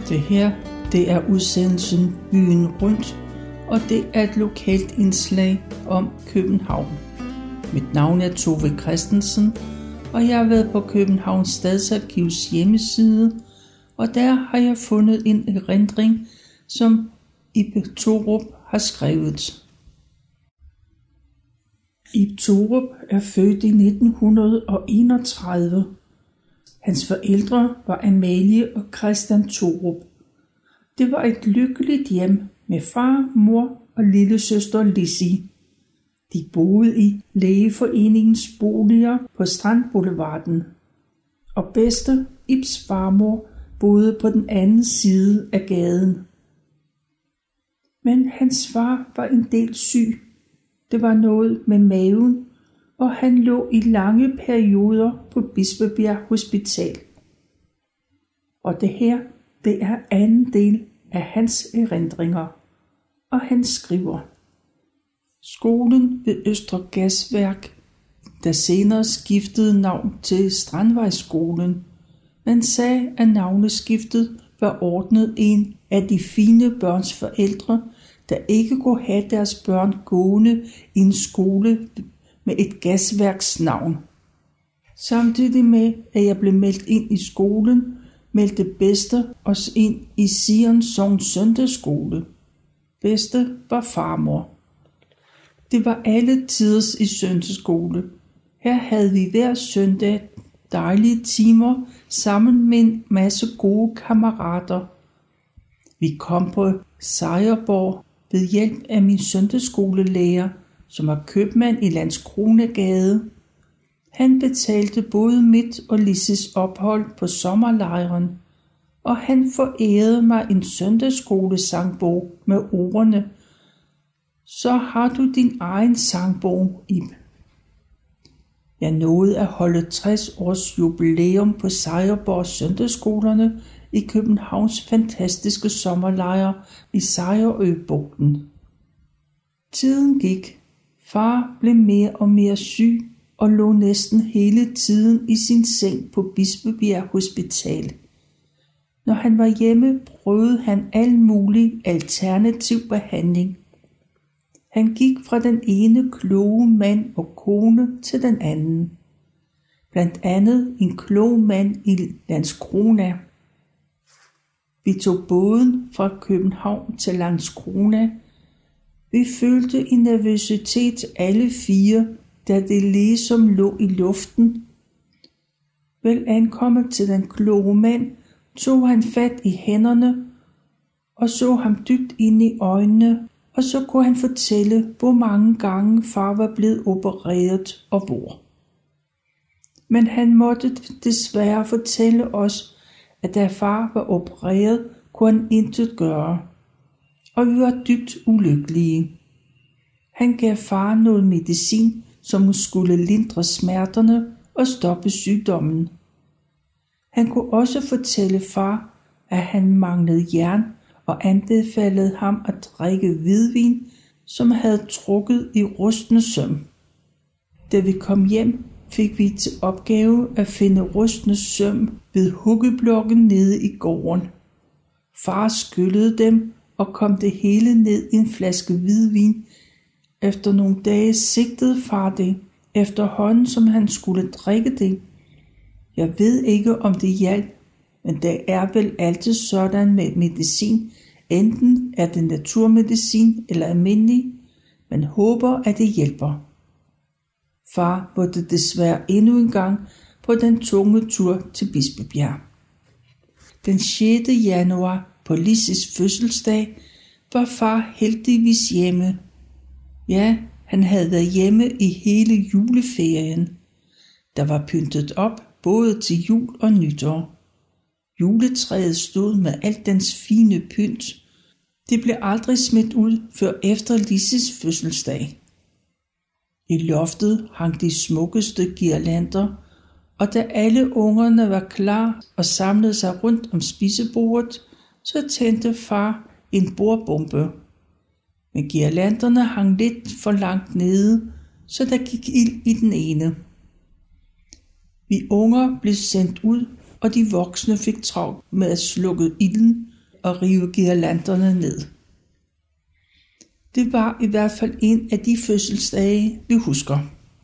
Det her, det er udsendelsen Byen Rundt, og det er et lokalt indslag om København. Mit navn er Tove Christensen, og jeg har været på Københavns Stadsarkivs hjemmeside, og der har jeg fundet en erindring, som Ib Thorup har skrevet. Ib Thorup er født i 1931. Hans forældre var Amalie og Christian Thorup. Det var et lykkeligt hjem med far, mor og lillesøster Lissi. De boede i Lægeforeningens boliger på Strandboulevarden. Og bedste, Ibs farmor, boede på den anden side af gaden. Men hans far var en del syg. Det var noget med maven, og han lå i lange perioder på Bispebjerg Hospital. Og det her, det er anden del af hans erindringer. Og han skriver: Skolen ved Østre Gasværk, der senere skiftede navn til Strandvejsskolen. Man sagde, at navneskiftet var ordnet en af de fine børns forældre, der ikke kunne have deres børn gående i en skole med et gasværksnavn. Samtidig med, at jeg blev meldt ind i skolen, meldte Bedste os ind i Sion Sogns søndagsskole. Bedste var farmor. Det var alle tiders i søndagsskole. Her havde vi hver søndag dejlige timer sammen med en masse gode kammerater. Vi kom på Sejrborg ved hjælp af min søndagsskolelærer, som var købmand i Landskronegade. Han betalte både mit og Lisses ophold på sommerlejren, og han forærede mig en søndagsskolesangbog med ordene: Så har du din egen sangbog, Ib. Jeg nåede at holde 60 års jubilæum på Sejrborg søndagsskolerne i Københavns fantastiske sommerlejr i Sejerøbugten. Tiden gik. Far blev mere og mere syg og lå næsten hele tiden i sin seng på Bispebjerg Hospital. Når han var hjemme, prøvede han al mulig alternativ behandling. Han gik fra den ene kloge mand og kone til den anden. Blandt andet en klog mand i Landskrona. Vi tog båden fra København til Landskrona. Vi følte en nervøsitet alle fire, da det ligesom lå i luften. Vel ankommet til den kloge mand, tog han fat i hænderne og så ham dybt ind i øjnene, og så kunne han fortælle, hvor mange gange far var blevet opereret og hvor. Men han måtte desværre fortælle os, at da far var opereret, kunne han intet gøre, og vi var dybt ulykkelige. Han gav far noget medicin, som skulle lindre smerterne og stoppe sygdommen. Han kunne også fortælle far, at han manglede jern, og anbefalede ham at drikke hvidvin, som havde trukket i rustne søm. Da vi kom hjem, fik vi til opgave at finde rustne søm ved huggeblokken nede i gården. Far skyllede dem og kom det hele ned i en flaske hvidvin. Efter nogle dage sigtede far det, efterhånden som han skulle drikke det. Jeg ved ikke, om det hjalp, men det er vel altid sådan med medicin. Enten er det naturmedicin eller almindelig. Man håber, at det hjælper. Far måtte desværre endnu en gang på den tunge tur til Bispebjerg. Den 6. januar på Lisses fødselsdag var far heldigvis hjemme. Ja, han havde været hjemme i hele juleferien. Der var pyntet op både til jul og nytår. Juletræet stod med alt dens fine pynt. Det blev aldrig smidt ud før efter Lisses fødselsdag. I loftet hang de smukkeste girlander, og da alle ungerne var klar og samlede sig rundt om spisebordet, så tændte far en bordbombe. Men girlanderne hang lidt for langt nede, så der gik ild i den ene. Vi unger blev sendt ud, og de voksne fik travlt med at slukke ilden, og rive girlanderne ned. Det var i hvert fald en af de fødselsdage, vi husker.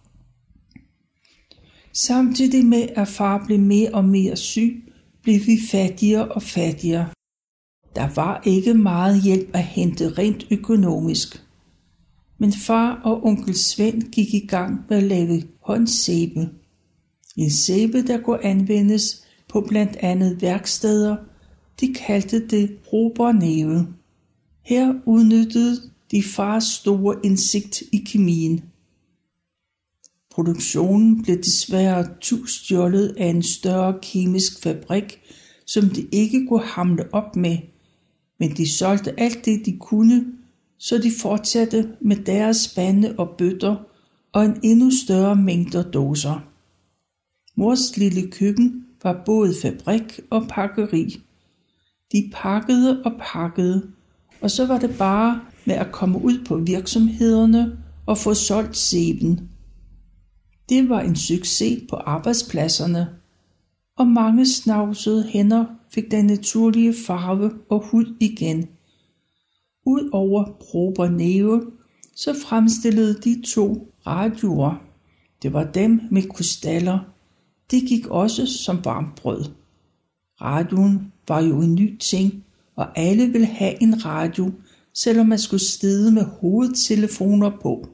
Samtidig med at far blev mere og mere syg, blev vi fattigere og fattigere. Der var ikke meget hjælp at hente rent økonomisk. Men far og onkel Svend gik i gang med at lave håndsæbe. En sæbe, der kunne anvendes på blandt andet værksteder. De kaldte det Robernæve. Her udnyttede de fars store indsigt i kemien. Produktionen blev desværre stjålet af en større kemisk fabrik, som de ikke kunne hamle op med, men de solgte alt det, de kunne, så de fortsatte med deres spande og bøtter og en endnu større mængde dåser. Mors lille køkken var både fabrik og pakkeri. De pakkede, og så var det bare med at komme ud på virksomhederne og få solgt sæben. Det var en succes på arbejdspladserne, og mange snavsede hænder fik den naturlige farve og hud igen. Udover Robernæve, så fremstillede de 2 radioer. Det var dem med krystaller. Det gik også som varmt brød. Radioen var jo en ny ting, og alle ville have en radio, selvom man skulle sidde med hovedtelefoner på.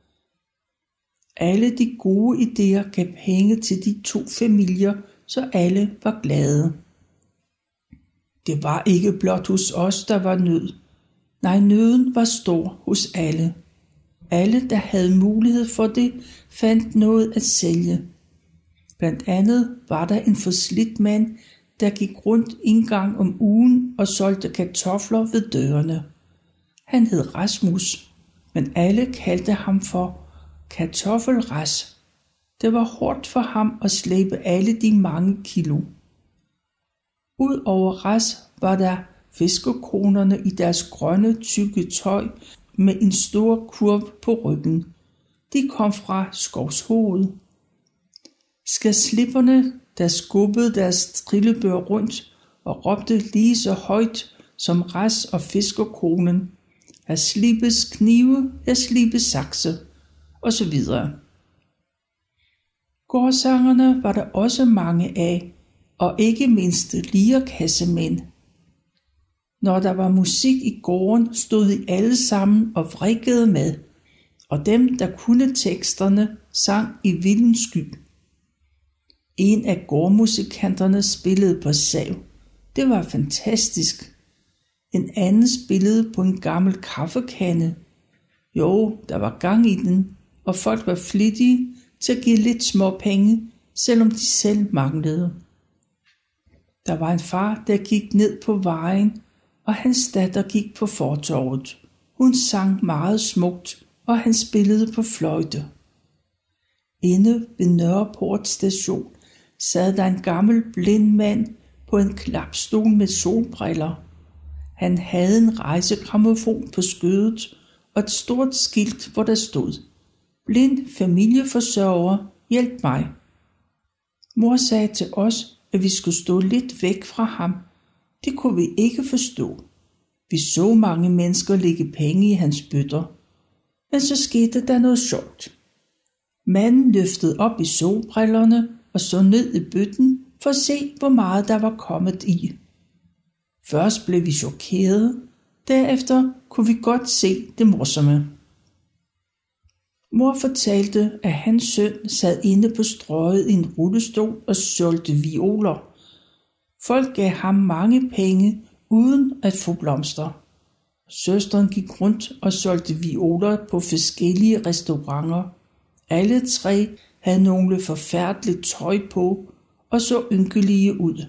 Alle de gode idéer gav penge til de 2 familier, så alle var glade. Det var ikke blot hos os, der var nød. Nej, nøden var stor hos alle. Alle, der havde mulighed for det, fandt noget at sælge. Blandt andet var der en forslidt mand, der gik rundt en gang om ugen og solgte kartofler ved dørene. Han hed Rasmus, men alle kaldte ham for Kartoffelras. Det var hårdt for ham at slæbe alle de mange kilo. Udover Ras var der fiskerkonerne i deres grønne, tykke tøj med en stor kurv på ryggen. De kom fra Skovshoved. Skaslipperne, der skubbede deres trillebør rundt og råbte lige så højt som Ras og fiskerkonen: "Her slibes knive, her slibes sakse", og så videre. Gårdsangerne var der også mange af, og ikke mindst lirkassemænd. Når der var musik i gården, stod de alle sammen og vrikkede med, og dem, der kunne teksterne, sang i vilden sky. En af gårdmusikanterne spillede på sav. Det var fantastisk. En anden spillede på en gammel kaffekande. Jo, der var gang i den, og folk var flittige til at give lidt små penge, selvom de selv manglede. Der var en far, der gik ned på vejen, og hans datter gik på fortovet. Hun sang meget smukt, og han spillede på fløjte. Inde ved Nørreport station sad der en gammel blind mand på en klapstol med solbriller. Han havde en rejsegrammofon på skødet og et stort skilt, hvor der stod: "Blind familieforsørger, hjælp mig." Mor sagde til os, at vi skulle stå lidt væk fra ham. Det kunne vi ikke forstå. Vi så mange mennesker lægge penge i hans bøtter. Men så skete der noget sjovt. Manden løftede op i solbrillerne og så ned i bøtten for at se, hvor meget der var kommet i. Først blev vi chokerede. Derefter kunne vi godt se det morsomme. Mor fortalte, at hans søn sad inde på strøget i en rullestol og solgte violer. Folk gav ham mange penge uden at få blomster. Søsteren gik rundt og solgte violer på forskellige restauranter. Alle 3 havde nogle forfærdeligt tøj på og så ynkelige ud.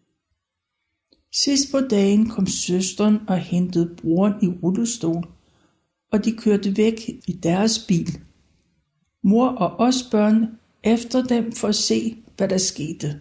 Sidst på dagen kom søsteren og hentede broren i rullestol, og de kørte væk i deres bil. Mor og os børn efter dem for at se, hvad der skete.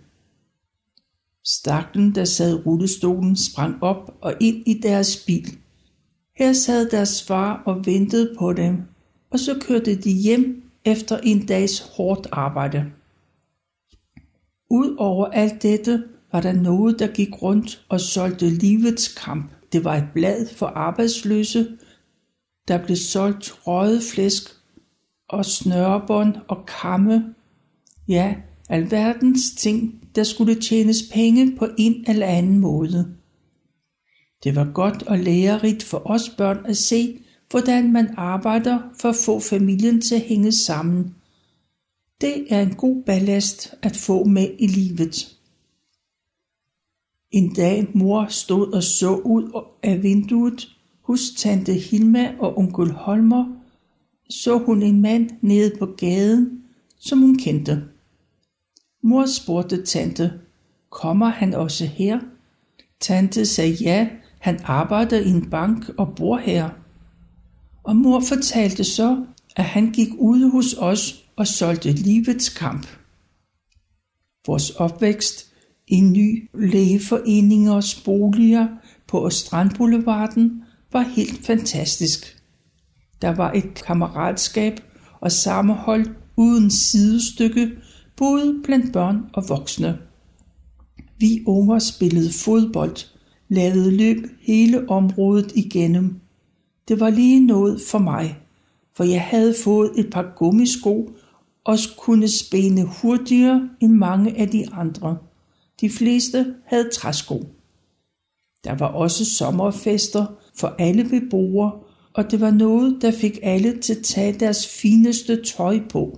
Staklen, der sad i rullestolen, sprang op og ind i deres bil. Her sad deres far og ventede på dem, og så kørte de hjem efter en dags hårdt arbejde. Udover alt dette var der noget, der gik rundt og solgte Livets Kamp. Det var et blad for arbejdsløse. Der blev solgt røget flæsk og snørebånd og kamme. Ja, alverdens ting, der skulle tjenes penge på en eller anden måde. Det var godt og lærerigt for os børn at se, hvordan man arbejder for at få familien til at hænge sammen. Det er en god ballast at få med i livet. En dag mor stod og så ud af vinduet hos tante Hilma og onkel Holmer, så hun en mand nede på gaden, som hun kendte. Mor spurgte tante, kommer han også her? Tante sagde ja, han arbejder i en bank og bor her. Og mor fortalte så, at han gik ude hos os og solgte Livets Kamp. Vores opvækst i ny lægeforeningers boliger på Strandboulevarden var helt fantastisk. Der var et kammeratskab og sammenhold uden sidestykke, både blandt børn og voksne. Vi unger spillede fodbold, lavede løb hele området igennem. Det var lige noget for mig, for jeg havde fået et par gummisko og kunne spænde hurtigere end mange af de andre. De fleste havde træsko. Der var også sommerfester for alle beboere, og det var noget, der fik alle til at tage deres fineste tøj på.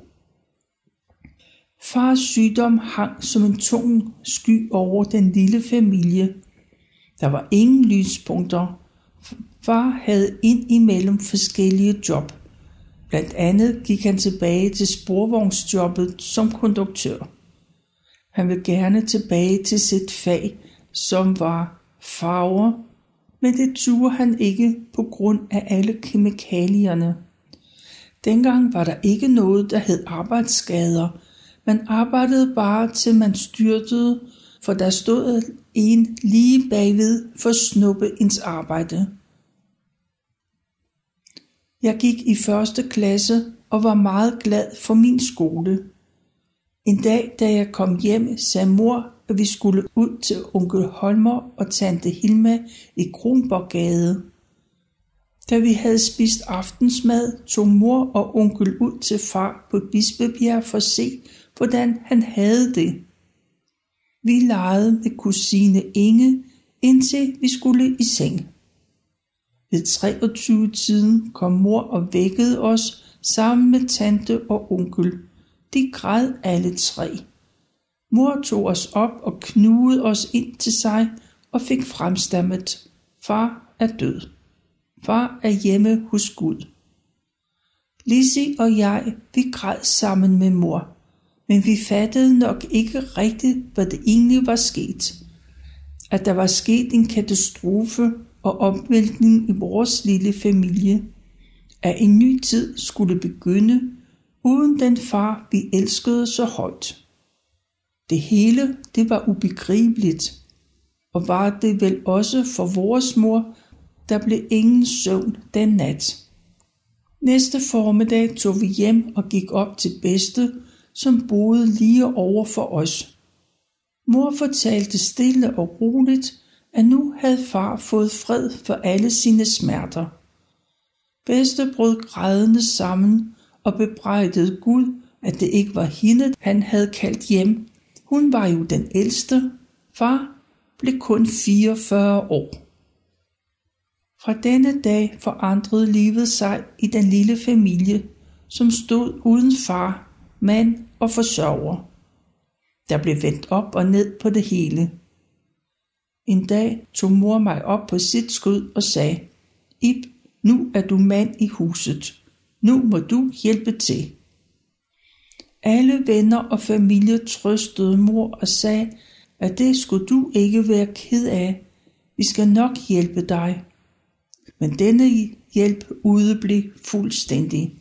Fars sygdom hang som en tung sky over den lille familie. Der var ingen lyspunkter. Far havde ind imellem forskellige job. Blandt andet gik han tilbage til sporvognsjobbet som konduktør. Han ville gerne tilbage til sit fag, som var farver, men det turde han ikke på grund af alle kemikalierne. Dengang var der ikke noget, der hed arbejdsskader. Man arbejdede bare til man styrtede, for der stod en lige bagved for at snuppe ens arbejde. Jeg gik i 1. klasse og var meget glad for min skole. En dag, da jeg kom hjem, sagde mor, at vi skulle ud til onkel Holmer og tante Hilma i Kronborggade. Da vi havde spist aftensmad, tog mor og onkel ud til far på Bispebjerg for at se, hvordan han havde det. Vi legede med kusine Inge, indtil vi skulle i seng. Ved 23-tiden kom mor og vækkede os sammen med tante og onkel. De græd alle 3. Mor tog os op og knugede os ind til sig og fik fremstammet: far er død. Far er hjemme hos Gud. Lizzie og jeg, vi græd sammen med mor, men vi fattede nok ikke rigtigt, hvad det egentlig var sket. At der var sket en katastrofe og omvæltning i vores lille familie. At en ny tid skulle begynde, uden den far, vi elskede så højt. Det hele, det var ubegribeligt, og var det vel også for vores mor, der blev ingen søvn den nat. Næste formiddag tog vi hjem og gik op til bedste, som boede lige over for os. Mor fortalte stille og roligt, at nu havde far fået fred for alle sine smerter. Bedste brød grædende sammen og bebrejdede Gud, at det ikke var hende, han havde kaldt hjem. Hun var jo den ældste. Far blev kun 44 år. Fra denne dag forandrede livet sig i den lille familie, som stod uden far, mand og forsørger. Der blev vendt op og ned på det hele. En dag tog mor mig op på sit skød og sagde: Ib, nu er du mand i huset. Nu må du hjælpe til. Alle venner og familie trøstede mor og sagde, at det skulle du ikke være ked af. Vi skal nok hjælpe dig. Men denne hjælp udeblev fuldstændig.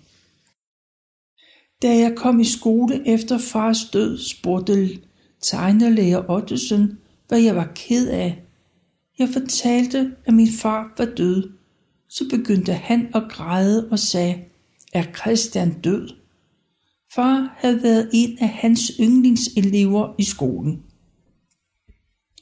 Da jeg kom i skole efter fars død, spurgte tegnelærer Ottesen, hvad jeg var ked af. Jeg fortalte, at min far var død. Så begyndte han at græde og sagde: Er Christian død? Far havde været en af hans yndlingselever i skolen.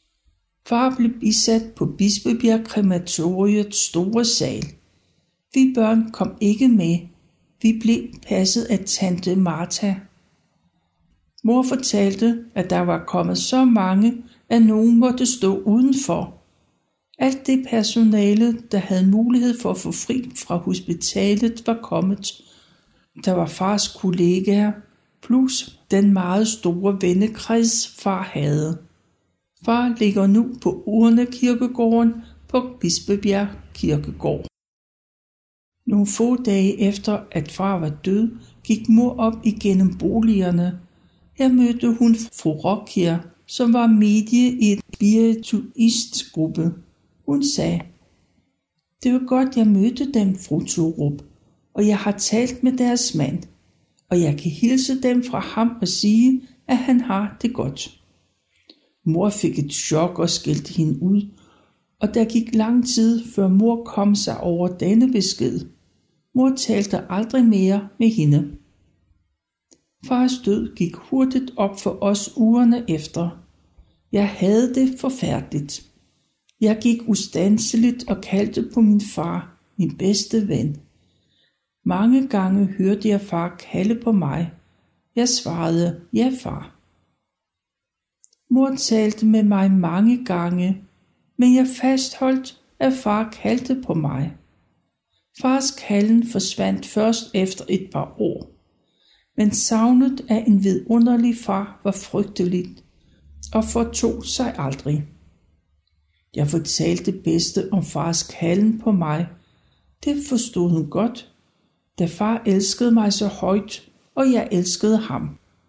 Far blev bisat på Bispebjerg krematoriets store sal. Vi børn kom ikke med. Vi blev passet af tante Martha. Mor fortalte, at der var kommet så mange, at nogen måtte stå udenfor. Alt det personale, der havde mulighed for at få fri fra hospitalet, var kommet. Der var fars kollegaer, plus den meget store vennekreds, far havde. Far ligger nu på Urnekirkegården på Bispebjerg Kirkegård. Nogle få dage efter, at far var død, gik mor op igennem boligerne. Her mødte hun fru Rockher, som var medie i et spirituistgruppe. Hun sagde: "Det var godt, jeg mødte dem, fru Thorup, og jeg har talt med deres mand, og jeg kan hilse dem fra ham og sige, at han har det godt." Mor fik et chok og skældte hende ud, og der gik lang tid, før mor kom sig over denne besked. Mor talte aldrig mere med hende. Fars død gik hurtigt op for os ugerne efter. Jeg havde det forfærdeligt. Jeg gik ustandselig og kaldte på min far, min bedste ven. Mange gange hørte jeg far kalde på mig. Jeg svarede: "Ja, far." Mor talte med mig mange gange, men jeg fastholdt, at far kaldte på mig. Fars kalden forsvandt først efter et par år, men savnet af en vidunderlig far var frygteligt og fortog sig aldrig. Jeg fortalte bedste om fars kalden på mig. Det forstod hun godt, da far elskede mig så højt, og jeg elskede ham.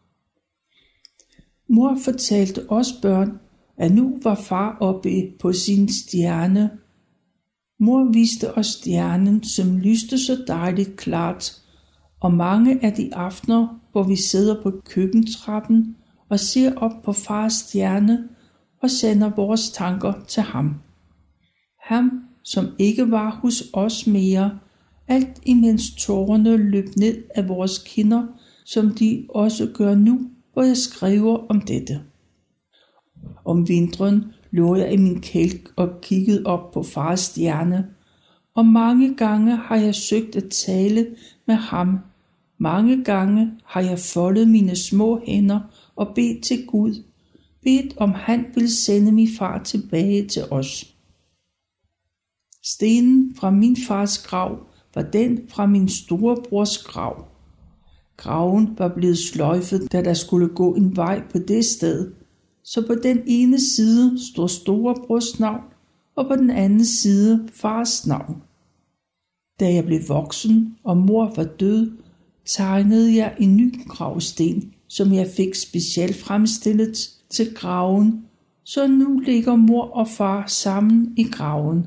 Mor fortalte os børn, at nu var far oppe på sin stjerne. Mor viste os stjernen, som lyste så dejligt klart, og mange af de aftener, hvor vi sidder på køkkentrappen og ser op på fars stjerne og sender vores tanker til ham. Ham, som ikke var hos os mere, alt imens tårerne løb ned af vores kinder, som de også gør nu, hvor jeg skriver om dette. Om vinteren lå jeg i min kælk og kiggede op på fars stjerne, og mange gange har jeg søgt at tale med ham. Mange gange har jeg foldet mine små hænder og bedt til Gud, bedt om han ville sende min far tilbage til os. Stenen fra min fars grav var den fra min storebrors grav. Graven var blevet sløjfet, da der skulle gå en vej på det sted, så på den ene side stod storebrors navn, og på den anden side fars navn. Da jeg blev voksen, og mor var død, tegnede jeg en ny gravsten, som jeg fik specielt fremstillet til graven, så nu ligger mor og far sammen i graven.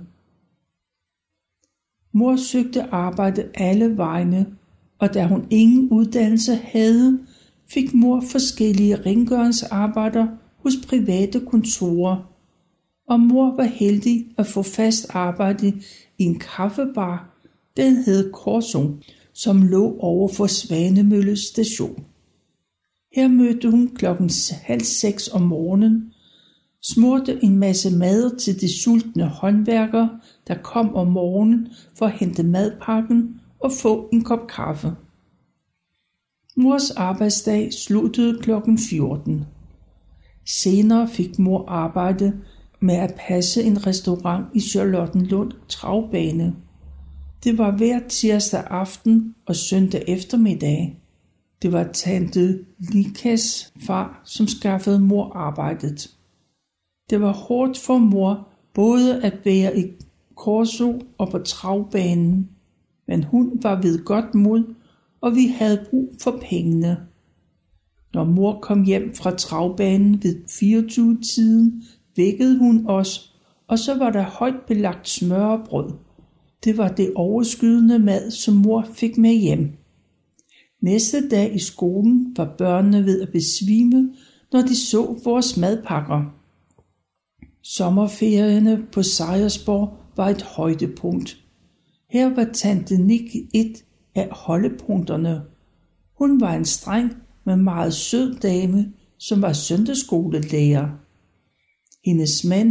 Mor søgte arbejde alle vegne, og da hun ingen uddannelse havde, fik mor forskellige rengøringsarbejder hos private kontorer, og mor var heldig at få fast arbejde i en kaffebar, den hed Corso, som lå over for Svanemølle station. Her mødte hun 5:30 om morgenen, smurte en masse mad til de sultne håndværkere, der kom om morgenen for at hente madpakken og få en kop kaffe. Mors arbejdsdag sluttede 14. Senere fik mor arbejde med at passe en restaurant i Charlottenlund Travbane. Det var hver tirsdag aften og søndag eftermiddag. Det var tante Likas far, som skaffede mor arbejdet. Det var hårdt for mor både at være i Corso og på travbanen, men hun var ved godt mod, og vi havde brug for pengene. Når mor kom hjem fra travbanen ved 24-tiden, vækkede hun os, og så var der højt belagt smørrebrød. Det var det overskydende mad, som mor fik med hjem. Næste dag i skolen var børnene ved at besvime, når de så vores madpakker. Sommerferierne på Sejrsborg var et højdepunkt. Her var tante Nick et af holdepunkterne. Hun var en streng, men meget sød dame, som var søndagsskolelærer. Hendes mand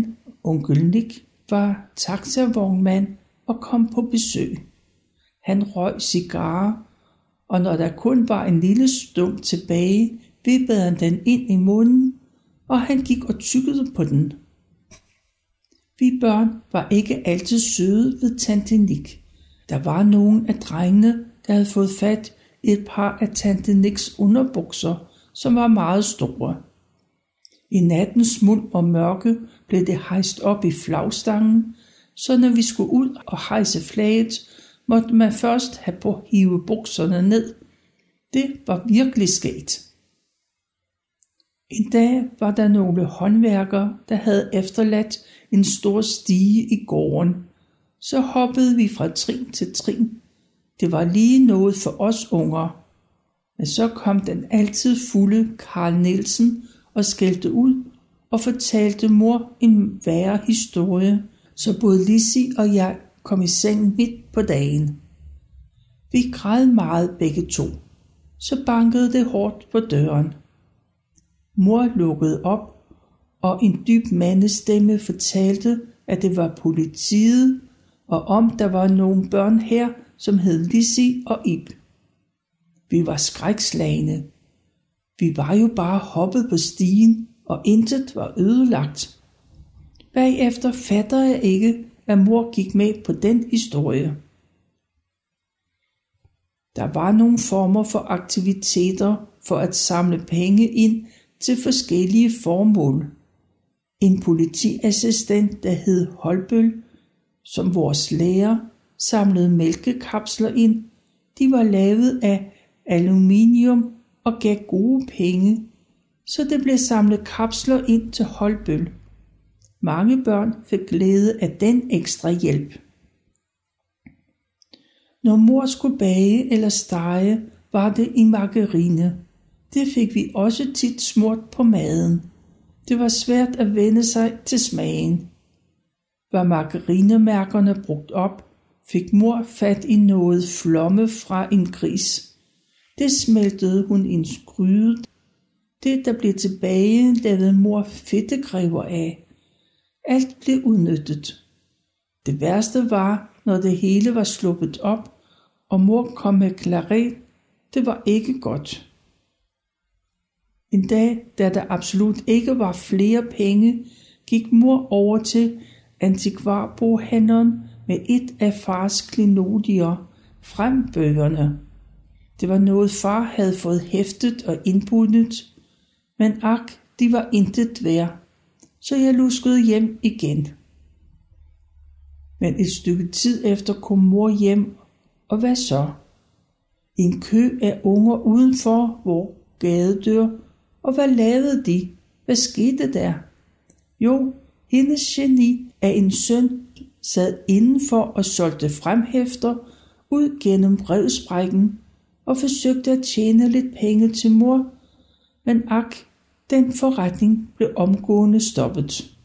Onkel Nick var taxavognmand og kom på besøg. Han røg cigarer, og når der kun var en lille stump tilbage, vippede han den ind i munden, og han gik og tyggede på den. Vi børn var ikke altid søde ved tante Nick. Der var nogle af drengene, der havde fået fat i et par af tante Nicks underbukser, som var meget store. I nattens muld og mørke blev det hejst op i flagstangen, så når vi skulle ud og hejse flaget, måtte man først have på hive bukserne ned. Det var virkelig skægt. En dag var der nogle håndværkere, der havde efterladt en stor stige i gården. Så hoppede vi fra trin til trin. Det var lige noget for os unger. Men så kom den altid fulde Carl Nielsen og skældte ud og fortalte mor en værre historie, så både Lissi og jeg kom i seng midt på dagen. Vi græd meget begge to. Så bankede det hårdt på døren. Mor lukkede op, og en dyb mandestemme fortalte, at det var politiet, og om der var nogle børn her, som hed Lissi og Ib. Vi var skrækslagne. Vi var jo bare hoppet på stigen, og intet var ødelagt. Bagefter fatter jeg ikke, at mor gik med på den historie. Der var nogle former for aktiviteter for at samle penge ind til forskellige formål. En politiassistent, der hed Holbøl, som vores lærer, samlede mælkekapsler ind. De var lavet af aluminium og gav gode penge, så det blev samlet kapsler ind til Holbøl. Mange børn fik glæde af den ekstra hjælp. Når mor skulle bage eller stege, var det i margarine. Det fik vi også tit smurt på maden. Det var svært at vende sig til smagen. Var margarinemærkerne brugt op, fik mor fat i noget flomme fra en gris. Det smeltede hun i en gryde. Det, der blev tilbage, lavede mor fedtegræver af. Alt blev udnyttet. Det værste var, når det hele var sluppet op, og mor kom med klaret. Det var ikke godt. En dag, da der absolut ikke var flere penge, gik mor over til antikvarboghandleren med et af fars klenodier, frembøgerne. Det var noget far havde fået hæftet og indbundet, men ak, de var intet værd, så jeg luskede hjem igen. Men et stykke tid efter kom mor hjem, og hvad så? En kø af unger udenfor vor gadedør, og hvad lavede de? Hvad skete der? Jo, hendes geni af en søn sad indenfor og solgte fremhæfter ud gennem brevsprækken og forsøgte at tjene lidt penge til mor, men ak, den forretning blev omgående stoppet.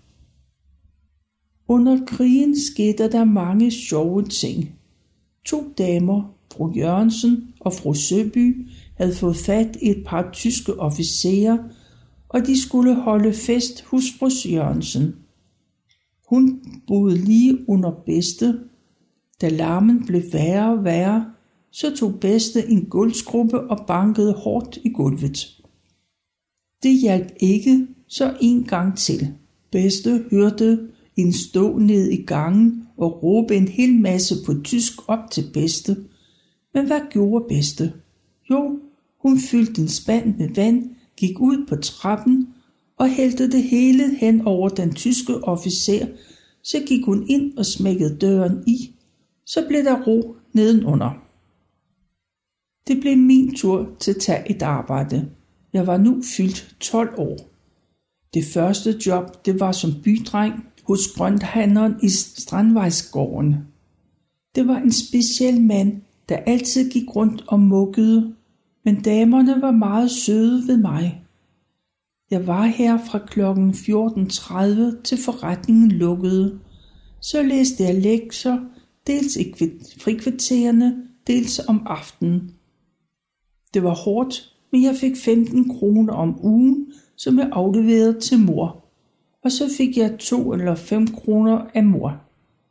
Under krigen skete der mange sjove ting. 2 damer, fru Jørgensen og fru Søby, havde fået fat i et par tyske officerer, og de skulle holde fest hos fru Jørgensen. Hun boede lige under Bedste. Da larmen blev værre og værre, så tog Bedste en gulvskrubbe og bankede hårdt i gulvet. Det hjalp ikke, så en gang til. Bedste hørte en stå ned i gangen og råbe en hel masse på tysk op til Bedste. Men hvad gjorde Bedste? Jo, hun fyldte en spand med vand, gik ud på trappen og hældte det hele hen over den tyske officer, så gik hun ind og smækkede døren i. Så blev der ro nedenunder. Det blev min tur til at tage et arbejde. Jeg var nu fyldt 12 år. Det første job, det var som bydreng hos grønthandleren i Strandvejsgården. Det var en speciel mand, der altid gik rundt og mukkede, men damerne var meget søde ved mig. Jeg var her fra kl. 14:30 til forretningen lukkede. Så læste jeg lektier, dels i frikvartererne, dels om aftenen. Det var hårdt, men jeg fik 15 kroner om ugen, som jeg afleverede til mor. og så fik jeg 2 eller 5 kroner af mor.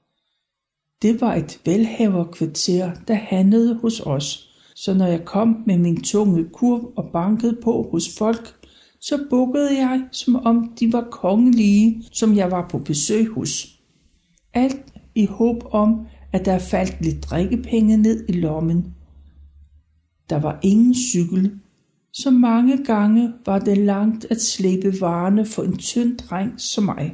Det var et velhaverkvarter, der handlede hos os, så når jeg kom med min tunge kurv og bankede på hos folk, så bukkede jeg, som om de var kongelige, som jeg var på besøg hos. Alt i håb om, at der faldt lidt drikkepenge ned i lommen. Der var ingen cykel, så mange gange var det langt at slæbe varerne for en tynd dreng som mig.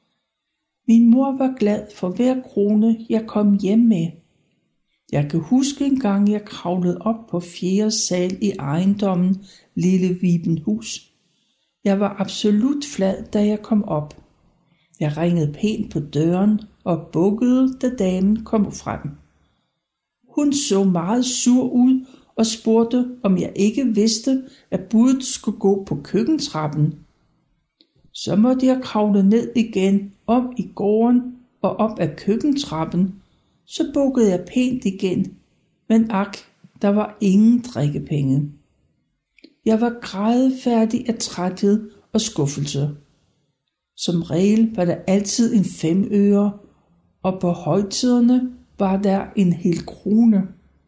Min mor var glad for hver krone, jeg kom hjem med. Jeg kan huske en gang, jeg kravlede op på 4. sal i ejendommen Lille Vibenhus. Jeg var absolut flad, da jeg kom op. Jeg ringede pænt på døren og bukkede, da damen kom frem. Hun så meget sur ud og spurgte, om jeg ikke vidste, at budet skulle gå på køkkentrappen. Så måtte jeg kravle ned igen om i gården og op ad køkkentrappen. Så bukkede jeg pænt igen, men ak, der var ingen drikkepenge. Jeg var grædefærdig af træthed og skuffelse. Som regel var der altid en 5 øre, og på højtiderne var der en hel krone.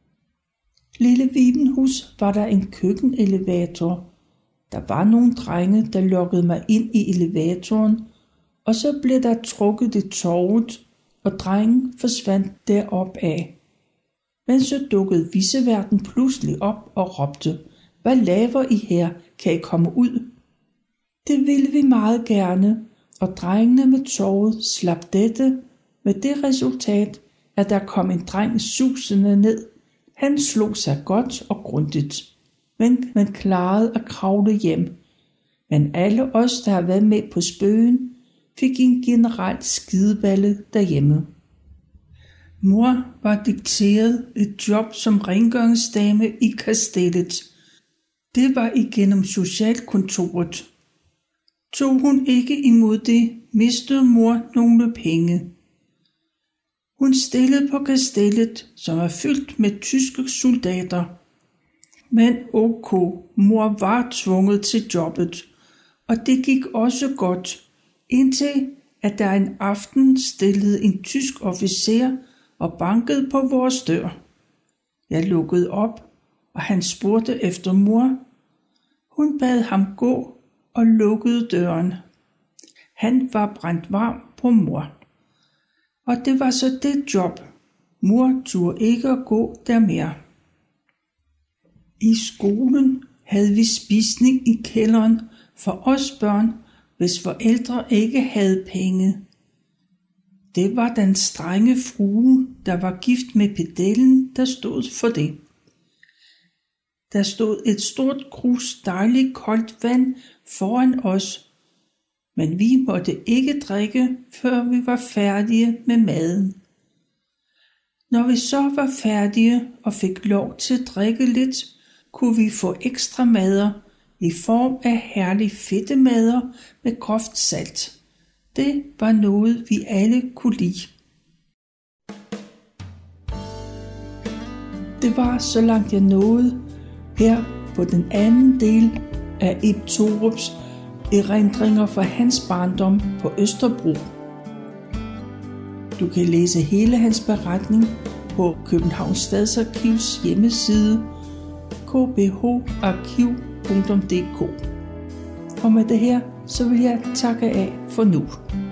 Lille Vibenhus var der en køkkenelevator. Der var nogle drenge, der lokkede mig ind i elevatoren, og så blev der trukket i torvet, og drengen forsvandt derop af. Men så dukkede viceværten pludselig op og råbte, "Hvad laver I her? Kan I komme ud?" Det ville vi meget gerne, og drengene med torvet slap dette med det resultat, at der kom en dreng susende ned. Han slog sig godt og grundigt, men man klarede at kravle hjem. Men alle os, der har været med på spøgen, fik en generel skideballe derhjemme. Mor var dikteret et job som rengøringsdame i kastellet. Det var igennem socialkontoret. Tog hun ikke imod det, mistede mor nogle penge. Hun stillede på kastellet, som var fyldt med tyske soldater. Men ok, mor var tvunget til jobbet, og det gik også godt, indtil at der en aften stillede en tysk officer og bankede på vores dør. Jeg lukkede op, og han spurgte efter mor. Hun bad ham gå og lukkede døren. Han var brændt varm på mor. Og det var så det job. Mor turde ikke at gå der mere. I skolen havde vi spisning i kælderen for os børn, hvis forældre ikke havde penge. Det var den strenge frue, der var gift med pedellen, der stod for det. Der stod et stort krus dejligt koldt vand foran os, men vi måtte ikke drikke, før vi var færdige med maden. Når vi så var færdige og fik lov til at drikke lidt, kunne vi få ekstra mader i form af herlig fedtemader med groft salt. Det var noget, vi alle kunne lide. Det var så langt jeg nåede her på den anden del af Ib Thorups erindringer fra hans barndom på Østerbro. Du kan læse hele hans beretning på Københavns Stadsarkivs hjemmeside kbharkiv.dk. Og med det her, så vil jeg takke af for nu.